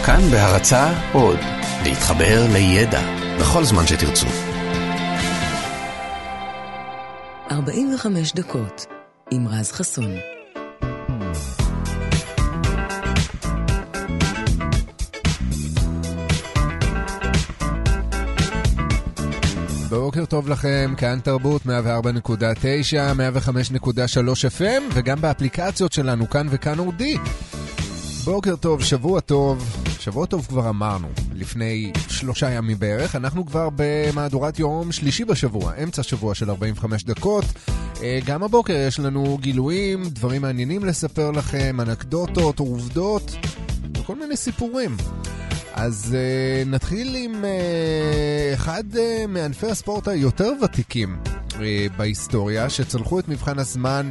כאן בהרצאה עוד, להתחבר לידע בכל זמן שתרצו. 45 דקות עם רז חסון. בוקר טוב לכם, כאן תרבות 104.9, 105.3 FM וגם באפליקציות שלנו כאן וכאן אודי. בוקר טוב, שבוע טוב, שבוע טוב כבר אמרנו, לפני 3 ימים בערך, אנחנו כבר במהדורת יום שלישי בשבוע, אמצע שבוע של 45 דקות, גם הבוקר יש לנו גילויים, דברים מעניינים לספר לכם, אנקדוטות, עובדות, וכל מיני סיפורים. אז נתחיל עם אחד מענפי הספורט היותר ותיקים בהיסטוריה, שצלחו את מבחן הזמן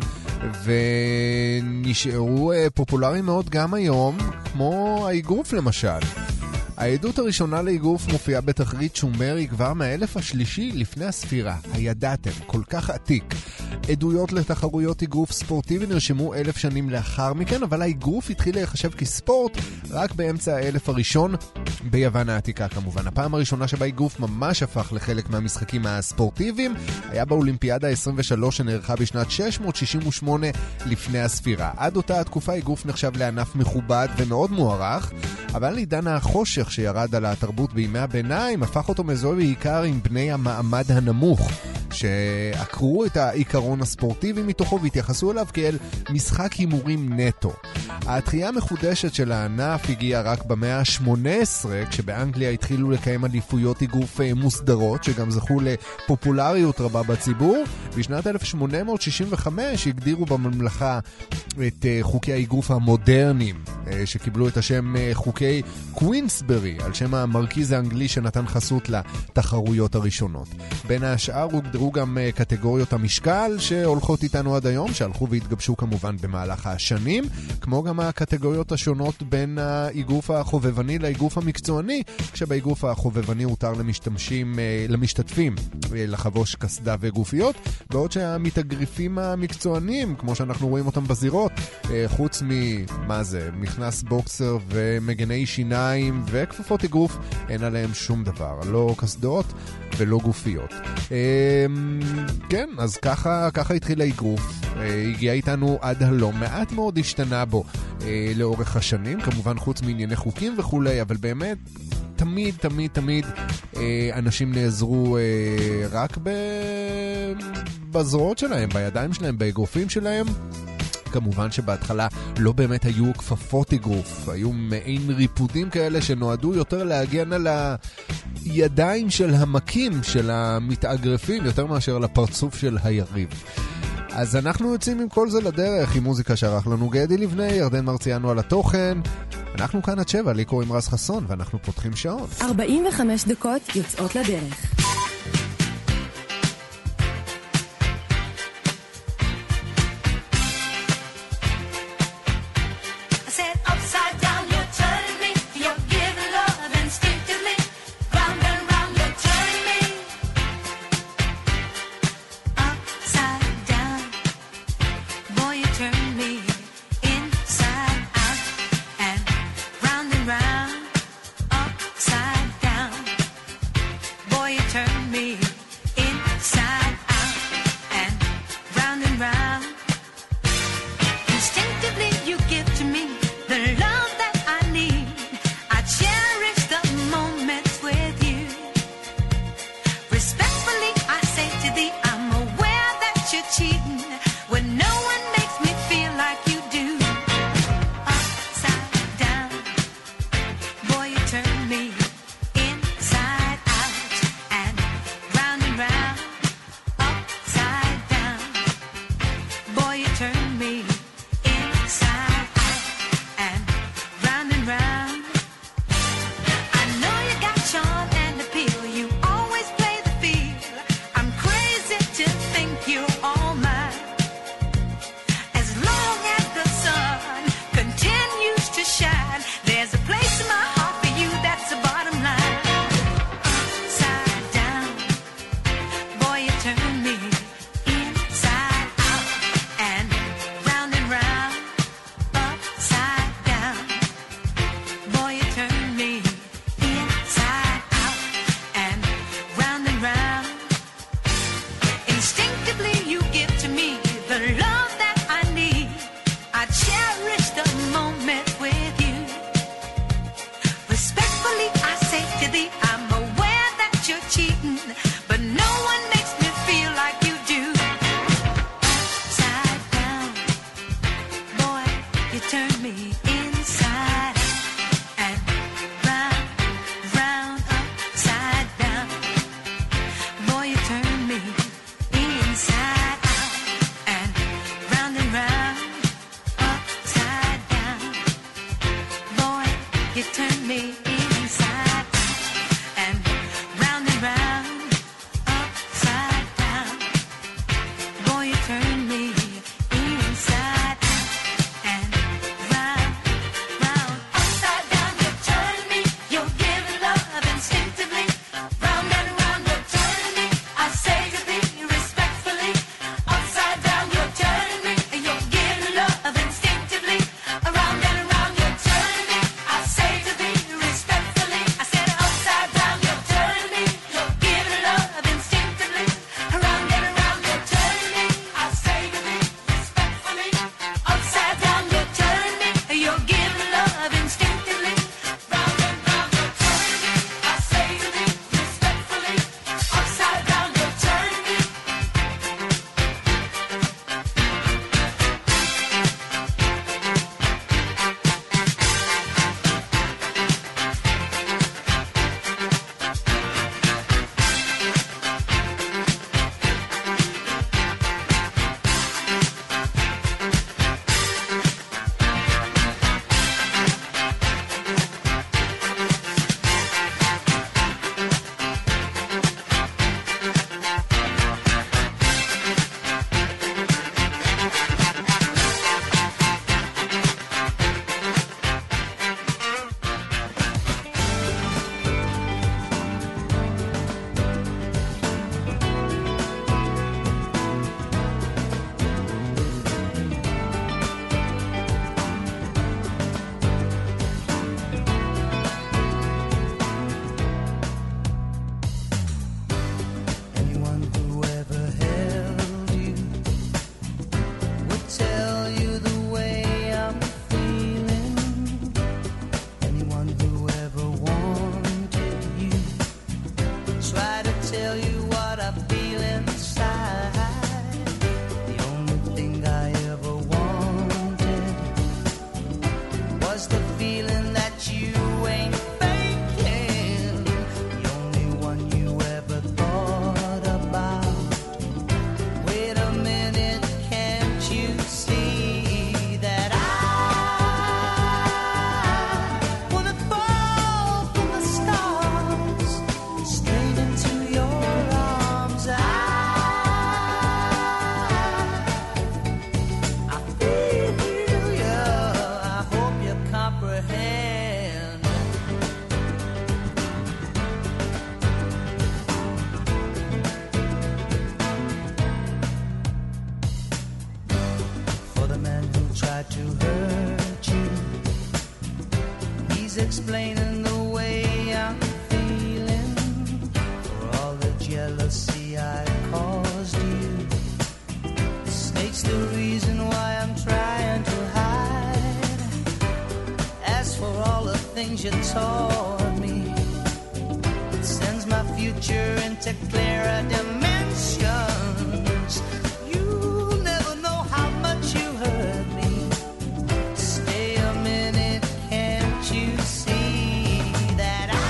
ונשארו פופולריים מאוד גם היום, כמו האגרוף למשל. העדות הראשונה לאגרוף מופיעה בתחרית שומרי כבר מהאלף השלישי לפני הספירה. הידעתם, כל כך עתיק. עדויות לתחרויות אגרוף ספורטיבי נרשמו 1000 שנים לאחר מכן, אבל האגרוף התחיל להיחשב כספורט רק באמצע האלף הראשון, ביוון העתיקה כמובן. הפעם הראשונה שבה אגרוף ממש הפך לחלק מהמשחקים הספורטיביים היה באולימפיאדה 23 שנערכה בשנת 668 לפני הספירה. עד אותה התקופה אגרוף נחשב לענף מכובד ומאוד מוערך, אבל עידן החושך שירד על התרבות בימי הביניים הפך אותו מזוהה בעיקר עם בני המעמד הנמוך, שעקרו את העיקרון הספורטיבי מתוכו והתייחסו אליו כאל משחק הימורים נטו. התחייה המחודשת של הענף הגיעה רק במאה ה-18, כשבאנגליה התחילו לקיים אליפויות אגרוף מוסדרות, שגם זכו לפופולריות רבה בציבור. בשנת 1865 הגדירו בממלכה את חוקי האגרוף המודרניים, שקיבלו את השם חוקי קווינסברי, על שם המרכיז האנגלי שנתן חסות לתחרויות הראשונות. בין השאר הוגדרו גם קטגוריות המשקל שהולכות איתנו עד היום, שהלכו והתגבשו כמובן במהלך השנים, כמו גם הקטגוריות השונות בין האגרוף החובבני לאגרוף המקצועני, כשבאגרוף החובבני הותר למשתתפים לחבוש קסדה וגופיות, בעוד שהמתאגרפים המקצוענים, כמו שאנחנו רואים אותם בזירות, חוץ מכנס בוקסר ומגני שיניים וכפפות אגרוף, אין עליהם שום דבר, לא קסדות ולא גופיות. כן, אז ככה התחיל האגרוף, הגיע איתנו עד הלום, מעט מאוד השתנה בו לאורך השנים, כמובן חוץ מענייני חוקים וכולי, אבל באמת תמיד אנשים נעזרו רק בזרועות שלהם, בידיים שלהם, באגרופים שלהם. כמובן שבהתחלה לא באמת היו כפפות אגרוף, היו מעין ריפודים כאלה שנועדו יותר להגן על הידיים של המקים, של המתאגרפים, יותר מאשר לפרצוף של היריב. אז אנחנו יוצאים עם כל זה לדרך, עם מוזיקה שערך לנו גדי לבני, ירדן מרציאנו על התוכן. אנחנו כאן עד 7, לי קוראים רז חסון, ואנחנו פותחים שעון. 45 דקות יוצאות לדרך. Turn You turn me inside and round, upside down. Boy, you turn me inside and round, upside down. You turn me, you're giving love instinctively. Round and round, you turn me. I say to thee respectfully, upside down, you turn me, you're giving love instinctively. Around and around, you turn me. I say to thee respectfully, I said upside down, you turn me, you're giving love instinctively. Around and around, you turn me. I say to thee respectfully, upside down, you turn me, you're giving love instinctively. Round and round, you turn me. I say to thee respectfully, upside down, you turn me. Anyone who ever held you would tell you the way I'm feeling. Anyone who ever wanted you try to tell you what I feel inside. The only thing I ever wanted was the feeling that you ain't faking. The only one you ever thought about. Wait a minute, can't you see that I wanna fall from the stars straight into your arms? I feel you. I hope you comprehend. For the man who tried to hurt you, he's explaining the way I'm feeling. For all the jealousy I caused you, the snake's the reason why I'm trying to hide. As for all the things you taught me, it sends my future into clearer dimensions. You'll never know how much you hurt me. Stay a minute, can't you see that I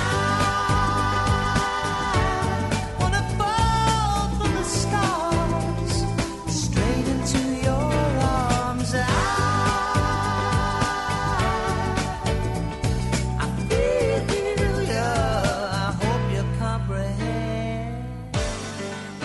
wanna fall from the stars straight into your arms? I feel you. I hope you comprehend.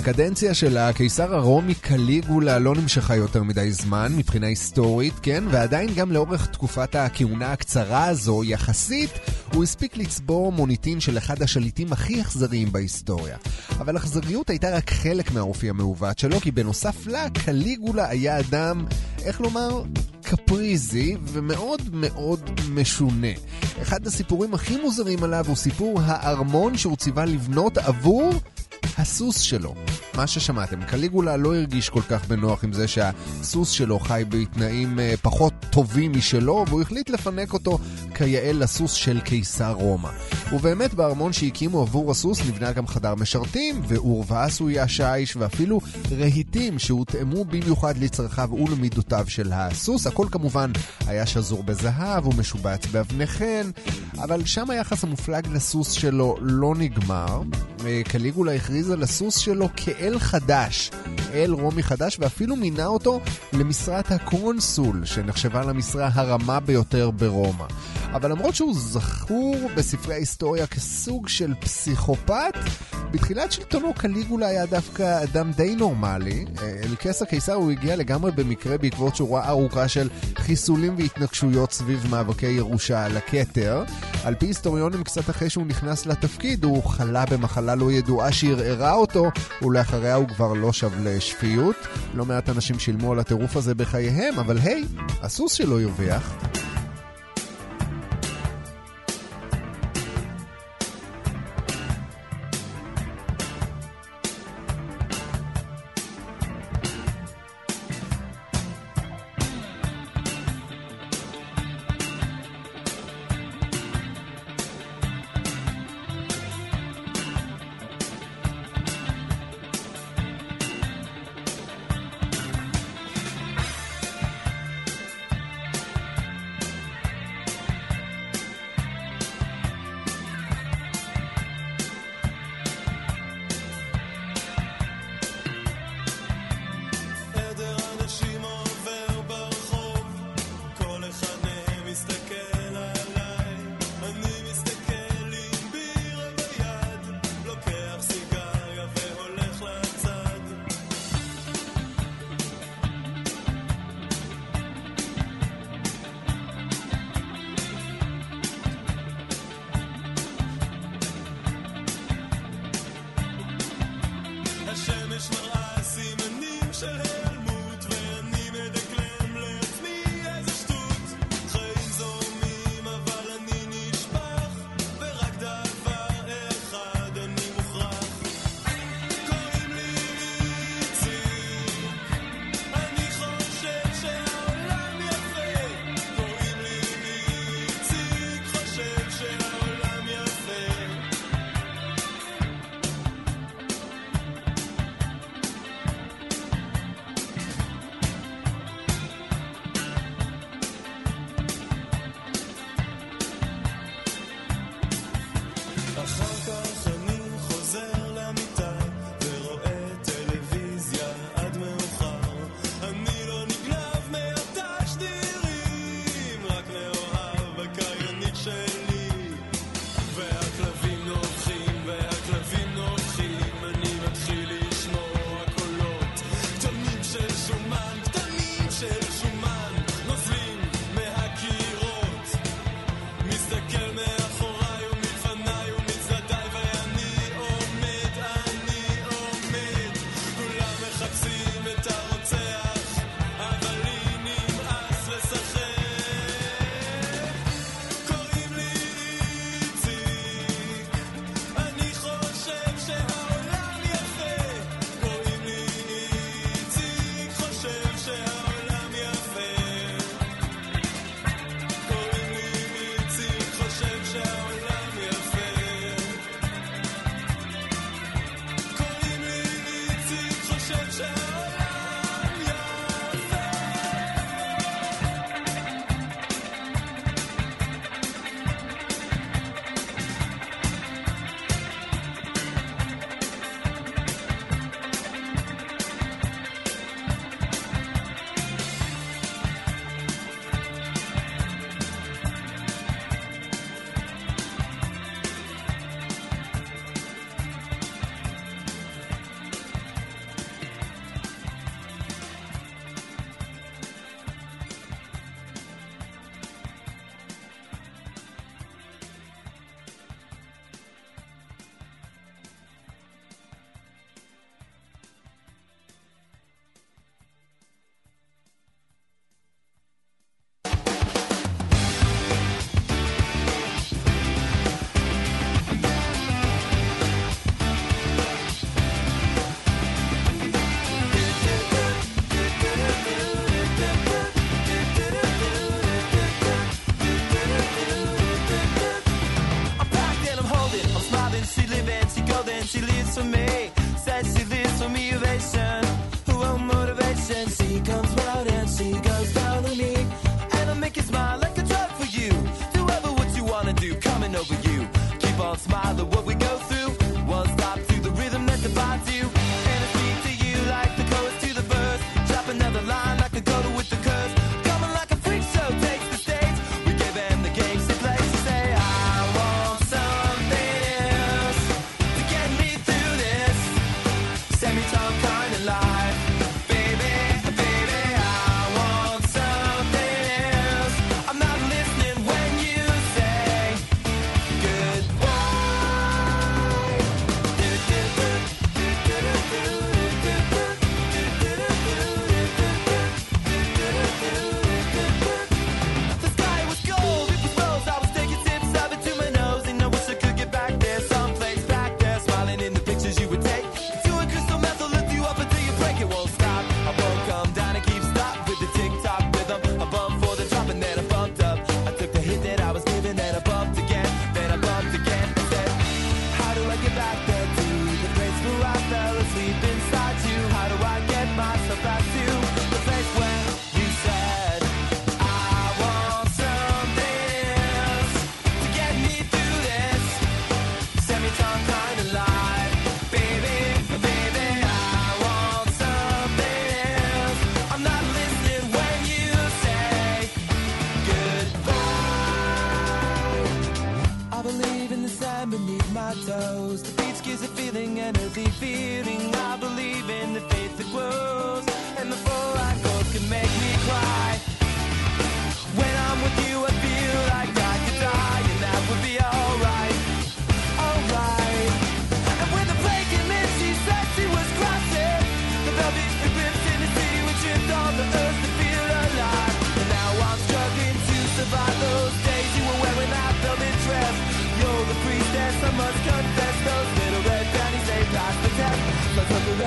הקדנציה של הקיסר הרומי קליגולה לא נמשכה יותר מדי זמן מבחינה היסטורית, כן? ועדיין גם לאורך תקופת הכהונה הקצרה הזו יחסית הוא הספיק לצבור מוניטין של אחד השליטים הכי אכזריים בהיסטוריה. אבל אכזריות הייתה רק חלק מהאופי המעוות שלו, כי בנוסף לה קליגולה היה אדם, איך לומר, קפריזי ומאוד מאוד משונה. אחד הסיפורים הכי מוזרים עליו הוא סיפור הארמון שהוא ציווה לבנות עבור הסוס שלו. מה ששמעתם, קליגולה לא הרגיש כל כך בנוח עם זה שהסוס שלו חי בתנאים פחות טובים משלו, והוא החליט לפנק אותו כיאה לסוס של קיסר רומא. ובאמת בארמון שהקימו עבור הסוס נבנה גם חדר משרתים, ואורווה עשוי השיש, ואפילו רהיטים שהותאמו במיוחד לצרכיו ולמידותיו של הסוס. הכל כמובן היה שזור בזהב ומשובץ באבני חן, אבל שם היחס המופלג לסוס שלו לא נגמר. קליגולה הכריז על הסוס שלו כאל חדש, אל רומי חדש, ואפילו מינה אותו למשרת הקונסול, שנחשבה למשרה הרמה ביותר ברומא. אבל למרות שהוא זכור בספרי ההיסטוריה כסוג של פסיכופת, בתחילת שלטונו קליגולה היה דווקא אדם די נורמלי. אל כס הקיסר הוא הגיע לגמרי במקרה בעקבות שורה ארוכה של חיסולים והתנגשויות סביב מאבקי ירושה על הכתר. על פי היסטוריונים, קצת אחרי שהוא נכנס לתפקיד הוא חלה במחלה לא ידועה שערערה אותו, ולאחריה הוא כבר לא שב לשפיות. לא מעט אנשים שילמו על הטירוף הזה בחייהם, אבל היי, הסוס שלו ירוויח.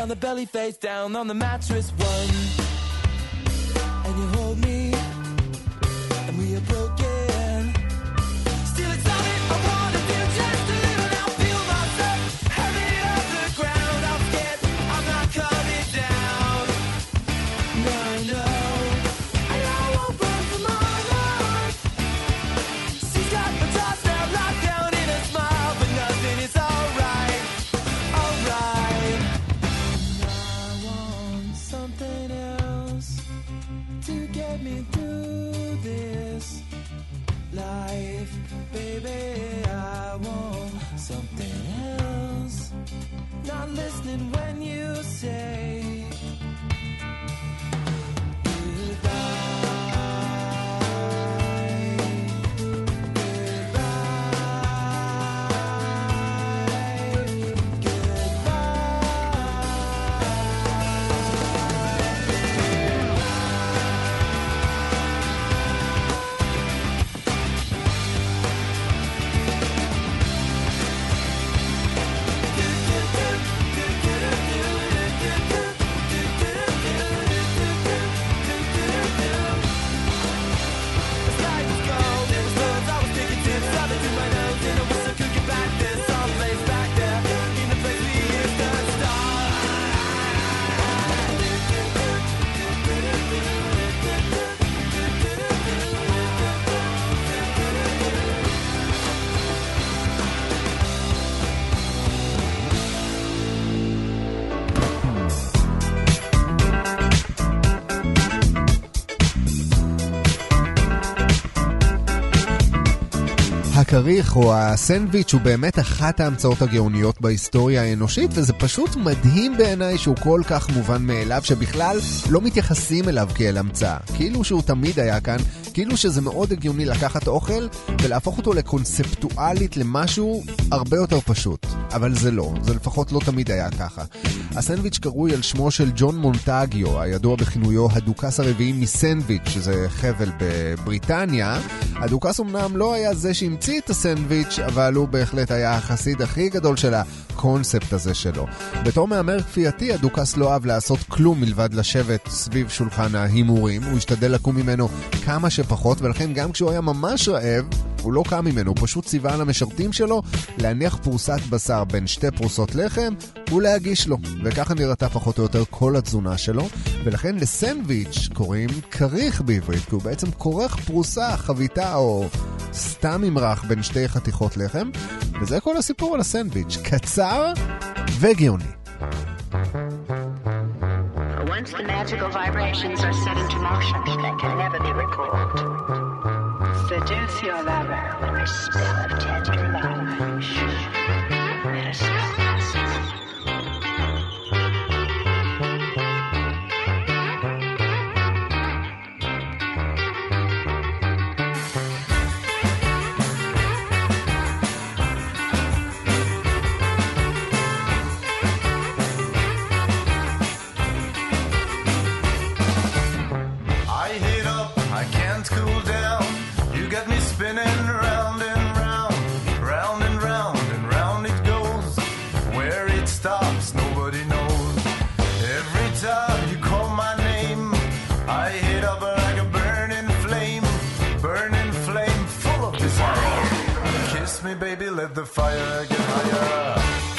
on the belly, face down on the mattress. One, and you hold me, and we are broken. Still it's all I wanna do, just a little now. Feel myself heavy off the ground. I'm scared, I'm not coming down. No, no, I won't run from my life. She's got the toss now locked down in a smile, but nothing is alright, alright. I want something else to get me through this life, baby. I want something else. Not listening when you say הכריך או הסנדוויץ' הוא באמת אחת ההמצאות הגאוניות בהיסטוריה האנושית, וזה פשוט מדהים בעיניי שהוא כל כך מובן מאליו שבכלל לא מתייחסים אליו כאל המצאה. כאילו שהוא תמיד היה כאן, כאילו שזה מאוד הגיוני לקחת אוכל ולהפוך אותו לקונספטואלית למשהו הרבה יותר פשוט. אבל זה לא, זה לפחות לא תמיד היה ככה. הסנדוויץ' קרוי על שמו של ג'ון מונטגיו, הידוע בכינויו הדוכס הרביעי מסנדוויץ', שזה חבל בבריטניה. הדוכס אמנם לא היה זה שהמציא את הסנדוויץ', אבל הוא בהחלט היה החסיד הכי גדול של הקונספט הזה שלו. בתור מאמר כפייתי, הדוכס לא אהב לעשות כלום מלבד לשבת סביב שולחן ההימורים. הוא השתדל לקום ממנו כמה שפחות, ולכן גם כשהוא היה ממש רעב, הוא לא קם ממנו, הוא פשוט ציווה על המשרתים שלו להניח פרוסת בשר בין שתי פרוסות לחם ולהגיש לו, וככה נראתה פחות או יותר כל התזונה שלו. ולכן לסנדוויץ' קוראים כריך בעברית, כי הוא בעצם כורך פרוסה, חביתה או סתם ממרח בין שתי חתיכות לחם, וזה כל הסיפור על הסנדוויץ', קצר וגאוני. Once the magical vibrations are set into motion, they can never be recalled. Seduce your lover with a spell of tender love. Let us know. Baby, let the fire get higher.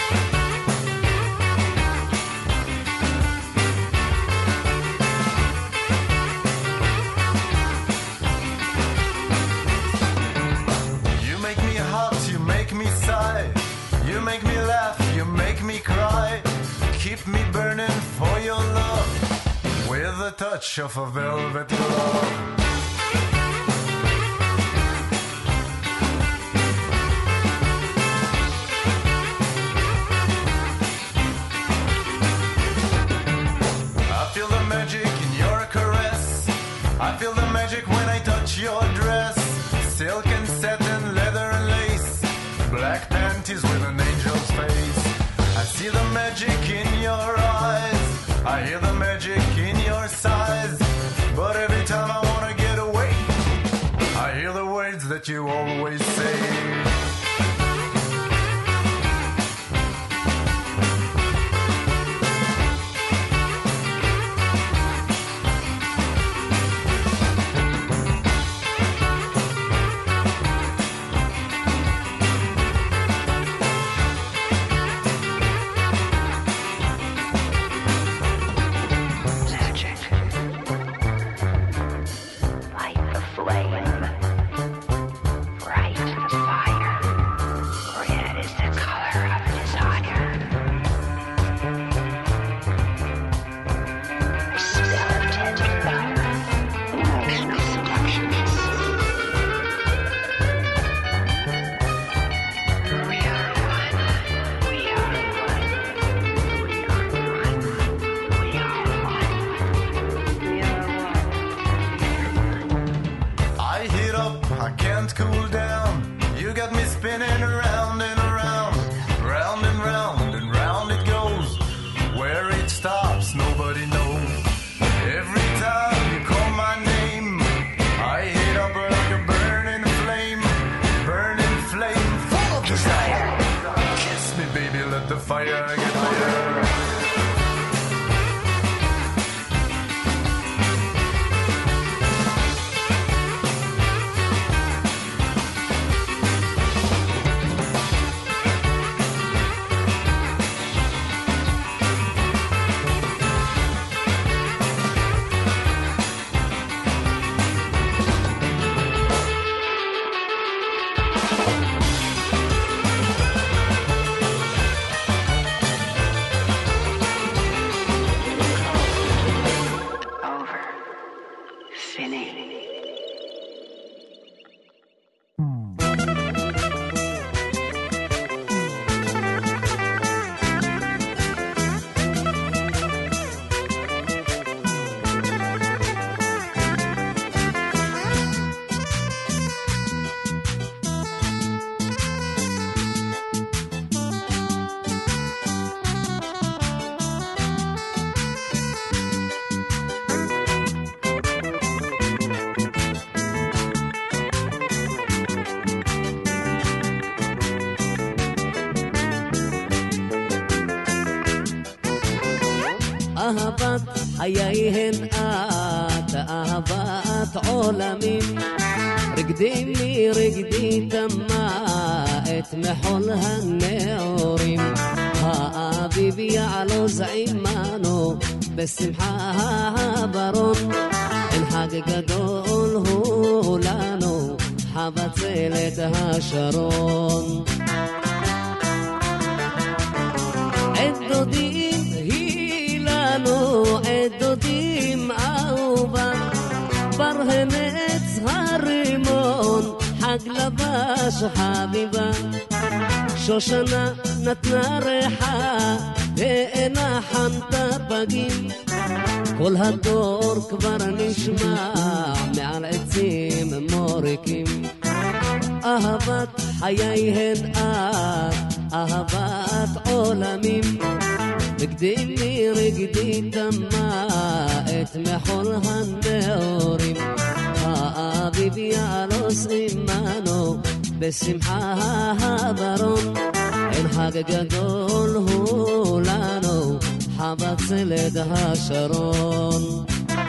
You make me hot, you make me sigh. You make me laugh, you make me cry. Keep me burning for your love with a touch of a velvet glove. I feel the magic when I touch your dress. Silk and satin, leather and lace. Black panties with an angel's face. I see the magic in your eyes. I hear the magic in your sighs. But every time I wanna get away, I hear the words that you always say. I can't cool down. You got me spinning around and around, round and round and round it goes. Where it stops, nobody knows. Every time you call my name, I hit up like a burning flame full of desire. Kiss me, baby, let the fire get higher. אהבת חייהן את, אהבת עולמים, רגדי מרגדי תמה את מחול הנאורים. האביב יעלוז עמנו בשמחה הברון, אין חג גדול הוא לנו, חבצלת השרון. את דודים את דודים אהובה, ברהנץ הרימון, חג לבש חביבה. שושנה נתנה ריחה, ואינה חנתה פגים, כל הדור כבר נשמע מעל עצים מוריקים. אהבת חייהן את, אהבת עולמים, רגדי מרגדי תמה את מחול הנאורים. האביב יעלוס עמנו בשמחה הברון, אין חג גדול הוא לנו, חבצלת השרון.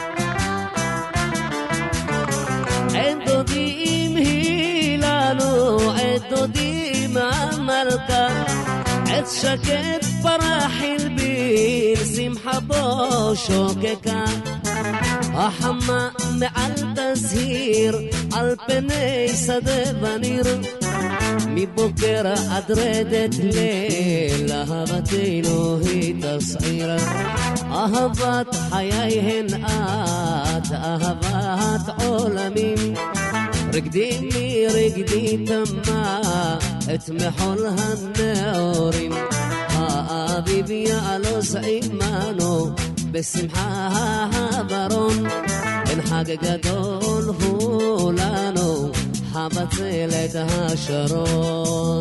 אין דודים היא לנו, אין דודים המלכה, עץ שקט פרחיל בין, שמחה בו שוקקה. החמה מעל תזהיר, על פני שדה וניר, מבוקר עד רדת ליל, אהבתנו היא תסעיר. אהבת חייהן את, אהבת עולמים, רגדי מרגדי תמה את מחול הנאורים. האביב יעלוז עמנו בשמחה הברון, אין חג גדול הוא לנו, חבצלת השרון.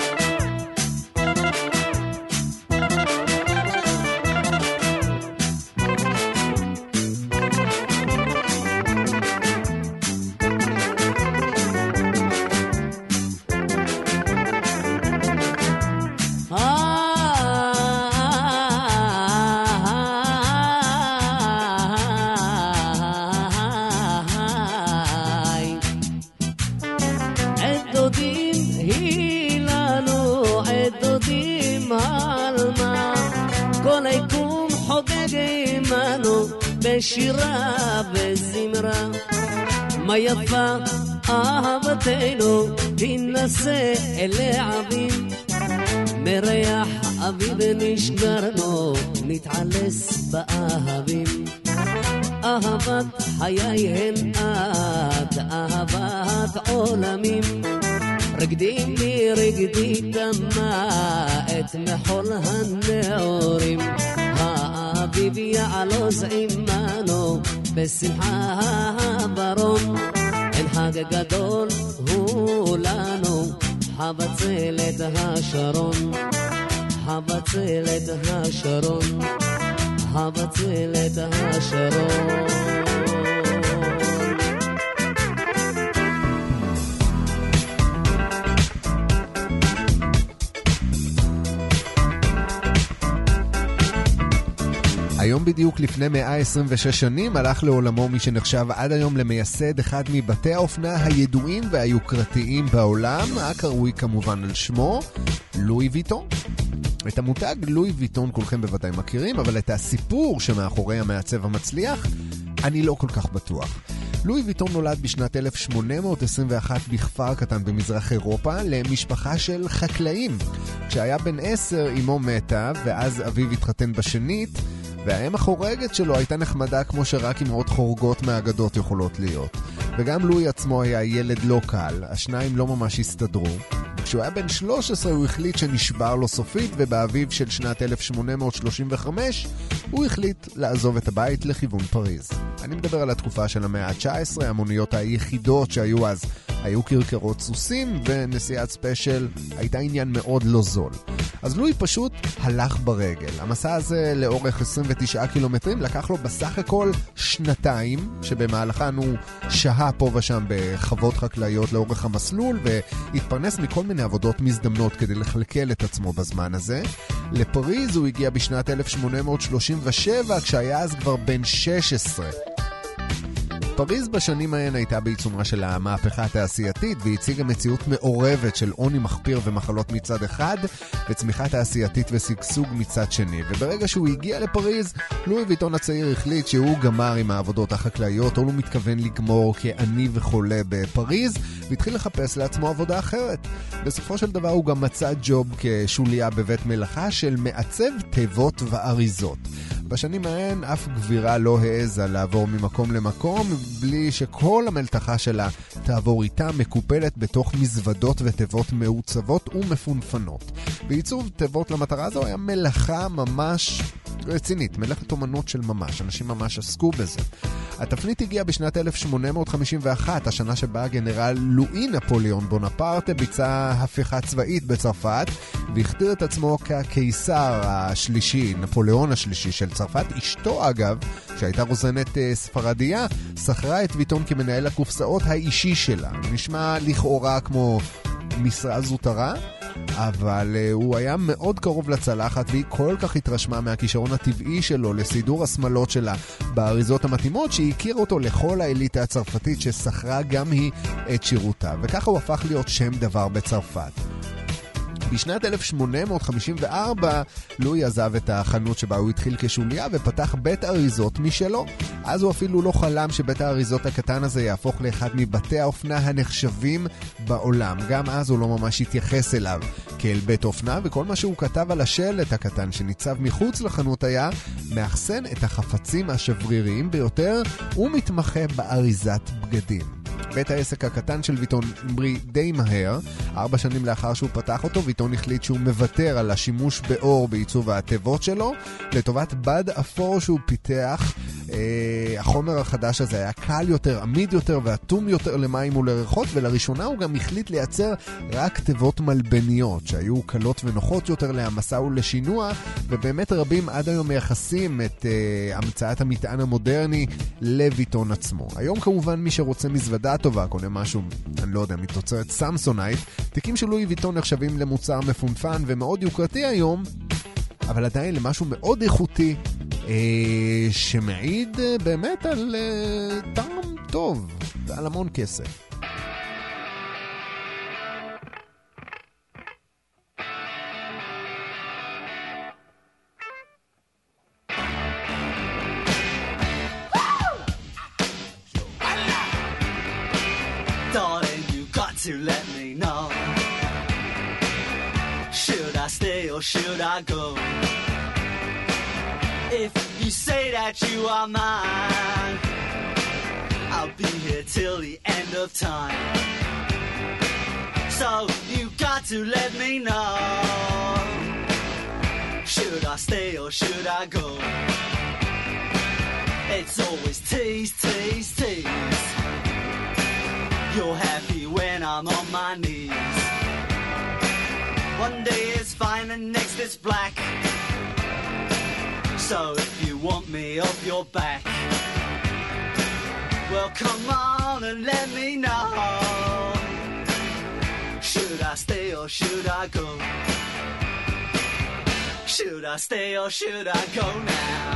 בשירה וזמרה, מה יפה אהבתנו, תנסה אל העבים, מריח אביב נשגרנו, נתעלס באהבים. אהבת חייהן את, אהבת עולמים, רגדי מרגדי תמה את מחול הנאורים. האביב יעלוז עמנו בשמחה הברון, אין חג גדול הבצלת השרון, הבצלת השרון, הבצלת השרון. היום בדיוק לפני 126 שנים הלך לעולמו מי שנחשב עד היום למייסד אחד מבתי האופנה הידועים והיוקרתיים בעולם, הקרוי כמובן על שמו, לואי ויטון. את המותג לואי ויטון כולכם בוודאי מכירים, אבל את הסיפור שמאחורי המעצב המצליח אני לא כל כך בטוח. לואי ויטון נולד בשנת 1821 בכפר קטן במזרח אירופה למשפחה של חקלאים. כשהיה בן 10 אמו מתה ואז אביו התחתן בשנית, והאם החורגת שלו הייתה נחמדה כמו שרק אמהות חורגות מהאגדות יכולות להיות. וגם לואי עצמו היה ילד לא קל, השניים לא ממש הסתדרו. כשהוא היה בן 13 הוא החליט שנשבר לו סופית, ובאביב של שנת 1835 הוא החליט לעזוב את הבית לכיוון פריז. אני מדבר על התקופה של המאה ה-19, המוניות היחידות שהיו אז היו קרקרות סוסים, ונסיעת ספיישל הייתה עניין מאוד לא זול. אז לואי פשוט הלך ברגל. המסע הזה לאורך 29 קילומטרים לקח לו בסך הכל 2, שבמהלכן הוא שהה פה ושם בחוות חקלאיות לאורך המסלול, והתפרנס מכל מיני עבודות מזדמנות כדי לחלקל את עצמו בזמן הזה. לפריז הוא הגיע בשנת 1837, כשהיה אז כבר בן 16. פריז בשנים ההן הייתה בעיצומה של המהפכה התעשייתית, והציגה מציאות מעורבת של עוני מחפיר ומחלות מצד אחד, וצמיחה תעשייתית ושגשוג מצד שני. וברגע שהוא הגיע לפריז, לואי ויטון הצעיר החליט שהוא גמר עם העבודות החקלאיות, או הוא מתכוון לגמור כעני וחולה בפריז, והתחיל לחפש לעצמו עבודה אחרת. בסופו של דבר הוא גם מצא ג'וב כשוליה בבית מלאכה של מעצב תיבות ואריזות. בשנים ההן אף גבירה לא העזה לעבור ממקום למקום בלי שכל המלתחה שלה תעבור איתה, מקופלת בתוך מזוודות ותיבות מעוצבות ומפונפנות. בעיצוב תיבות למטרה הזו היה מלאכה ממש רצינית, מלאכת אומנות של ממש, אנשים ממש עסקו בזה. התפנית הגיעה בשנת 1851, השנה שבה הגנרל לואי נפוליאון בונפרטה ביצע הפיכה צבאית בצרפת, והכתיר את עצמו כקיסר השלישי, נפוליאון השלישי של צרפת. אשתו אגב, שהייתה רוזנת ספרדיה, שכרה את ויטון כמנהל הקופסאות האישי שלה. נשמע לכאורה כמו משרה זוטרה, אבל הוא היה מאוד קרוב לצלחת, והיא כל כך התרשמה מהכישרון הטבעי שלו לסידור הסמלות שלה באריזות המתאימות, שהיא הכיר אותו לכל האליטה הצרפתית ששכרה גם היא את שירותה, וככה הוא הפך להיות שם דבר בצרפת. בשנת 1854 לואי עזב את החנות שבה הוא התחיל כשוליה ופתח בית אריזות משלו. אז הוא אפילו לא חלם שבית האריזות הקטן הזה יהפוך לאחד מבתי האופנה הנחשבים בעולם. גם אז הוא לא ממש התייחס אליו כאל בית אופנה, וכל מה שהוא כתב על השלט הקטן שניצב מחוץ לחנות היה: מאחסן את החפצים השבריריים ביותר ומתמחה באריזת בגדים. בית העסק הקטן של ויטון המריא די מהר. 4 שנים לאחר שהוא פתח אותו, ויטון החליט שהוא מוותר על השימוש באור בעיצוב התיבות שלו לטובת בד אפור שהוא פיתח. החומר החדש הזה היה קל יותר, עמיד יותר ואטום יותר למים ולריחות, ולראשונה הוא גם החליט לייצר רק תיבות מלבניות שהיו קלות ונוחות יותר להמסה ולשינוע, ובאמת רבים עד היום מייחסים את המצאת המטען המודרני לויטון עצמו. היום כמובן מי שרוצה מזוודה טובה קונה משהו, אני לא יודע, מתוצרת סמסונייט. תיקים של לואי ויטון נחשבים למוצר מפונפן ומאוד יוקרתי היום, אבל עדיין למשהו מאוד איכותי, שמעיד באמת על טעם טוב ועל המון כסף. Darling, you got to let me know. Should I stay or should I go? If you say that you are mine, I'll be here till the end of time. So you got to let me know. Should I stay or should I go? It's always tease, tease, tease. You're happy when I'm on my knees. One day is fine and next is black. So if you want me off your back, well come on and let me know. Should I stay or should I go? Should I stay or should I go now?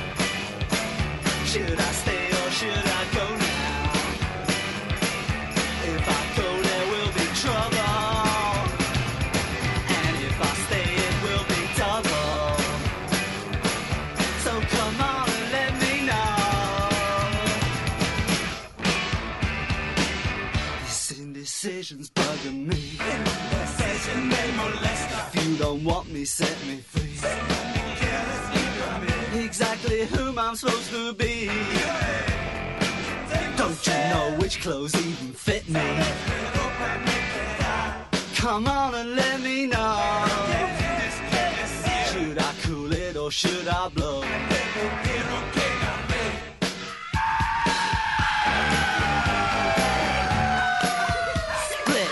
Should I stay or should I go now? If I go there will be trouble, and if I stay it will be double. So come on and let me know. This indecision's bugging me. Indecision may molest us. If you don't want me, set me free. Exactly whom I'm supposed to be. Don't you know which clothes even fit me? Come on and let me know. Should I cool it or should I blow? Split.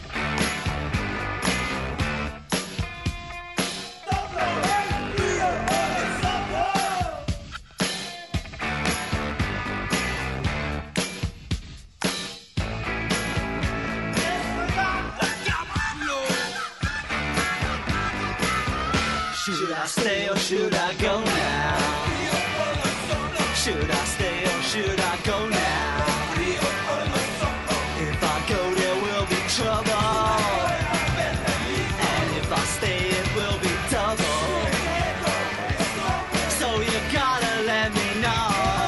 Should I stay or should I go now? Should I stay or should I go now? If I go there will be trouble, and if I stay it will be double. So you gotta let me know.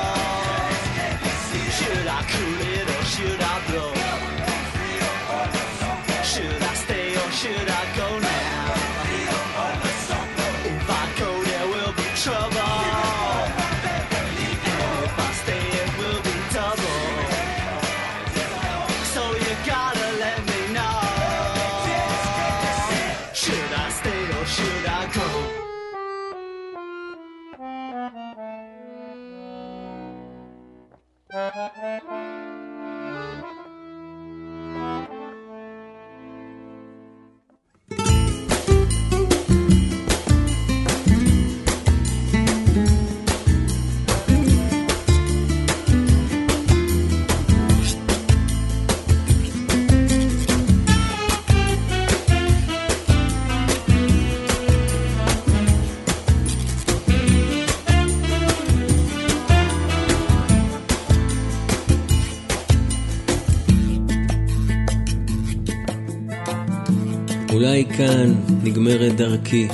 Should I cool it or should I blow? Should I stay or should I go now? If I go there will be trouble, and if I stay it will be double. So you gotta let me know. Should I stay or should I go? אולי כאן נגמרת דרכי,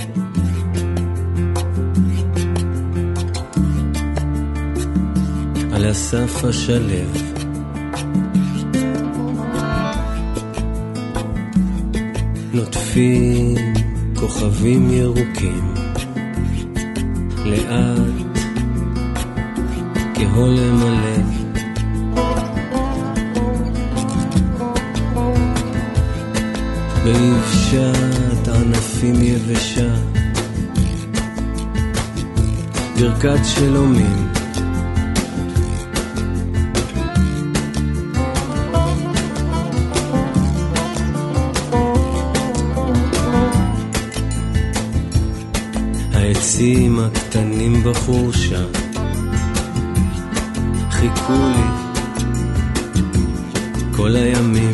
על הסף השלב, נוטפים כוכבים ירוקים, לאט כהולם הלב. ביבשת ענפים יבשה, ברכת שלומים, העצים הקטנים בחורשה חיכו לי כל הימים.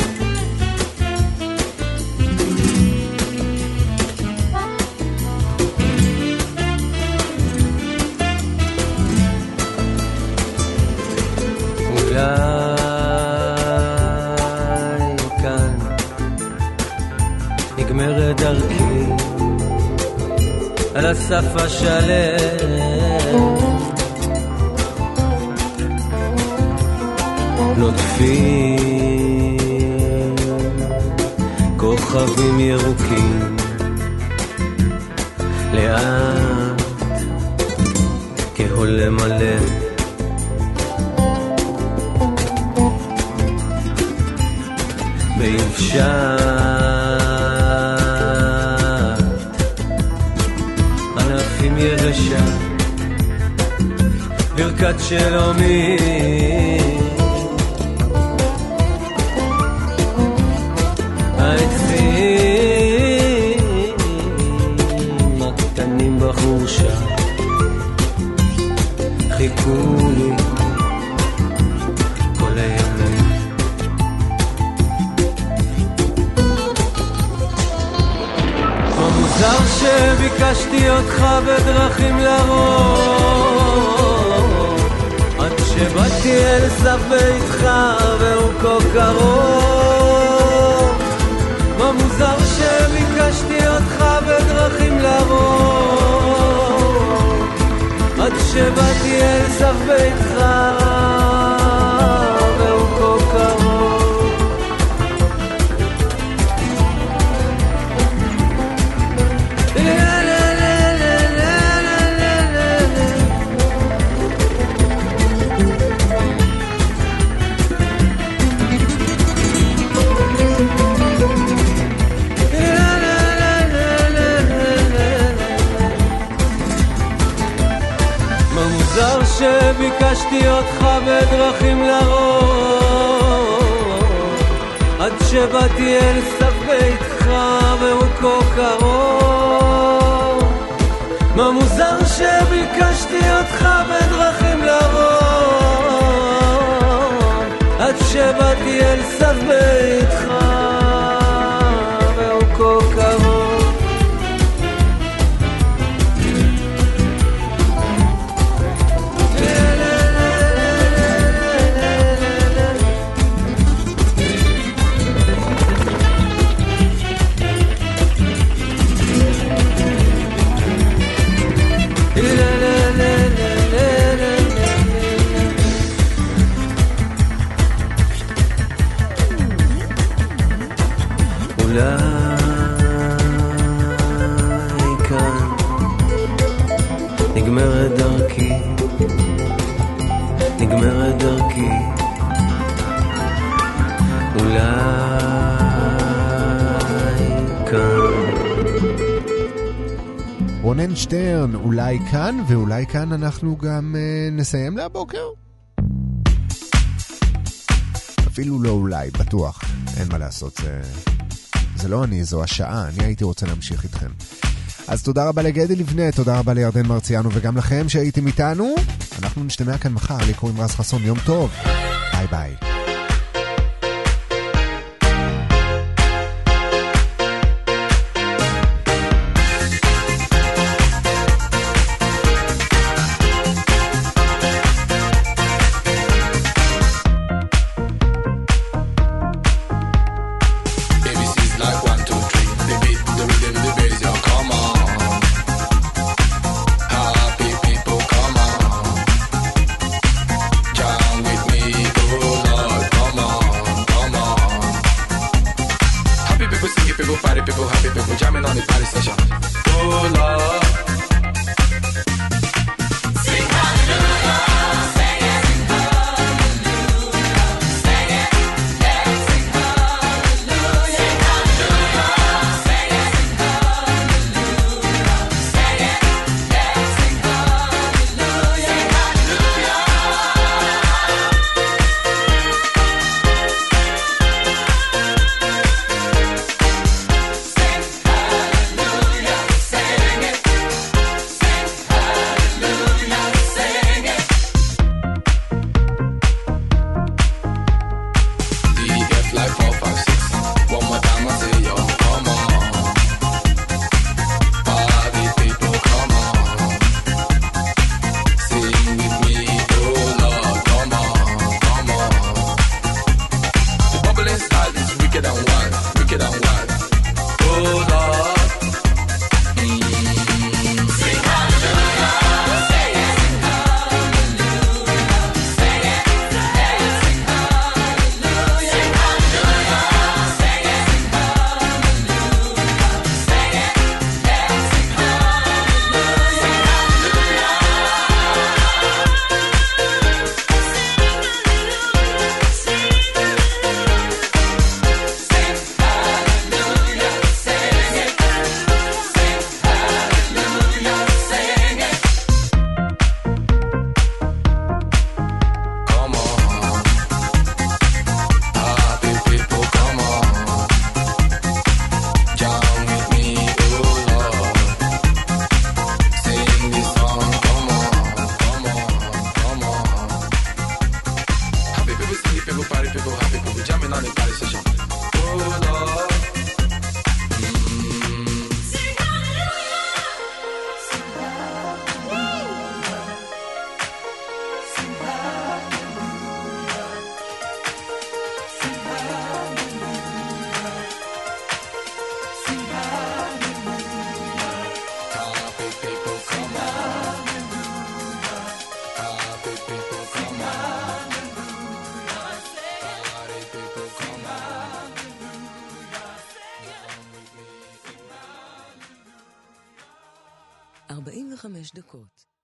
כאן נגמרת דרכי, על הסף השלם, נוטפים כוכבים ירוקים, לאט כהולם הלב. ביבשת ענפים יבשה, ברכת שלומים, העצים שביקשתי אותך בדרכים לרוב, עד שבאתי אל סף ביתך והוא כה קרוב. מה מוזר שביקשתי אותך בדרכים לרוב, עד שבאתי אל סף ביתך והוא כה קרוב. שביקשתי אותך בדרכים לרוב, עד שבאתי אל סף ביתך והוא כה קרוב. מה מוזר שביקשתי אותך בדרכים לרוב, עד שבאתי אל סף ביתך והוא כה קרוב. נגמרת דרכי, אולי כאן. רונן שטרן, אולי כאן, ואולי כאן אנחנו גם נסיים להבוקר. אפילו לא אולי, בטוח, אין מה לעשות, זה לא אני, זו השעה, אני הייתי רוצה להמשיך איתכם. אז תודה רבה לגדי לבנה, תודה רבה לירדן מרציאנו וגם לכם שהייתם איתנו. אנחנו נשתמע כאן מחר, לי קוראים רז חסון, יום טוב, ביי ביי. 45 דקות.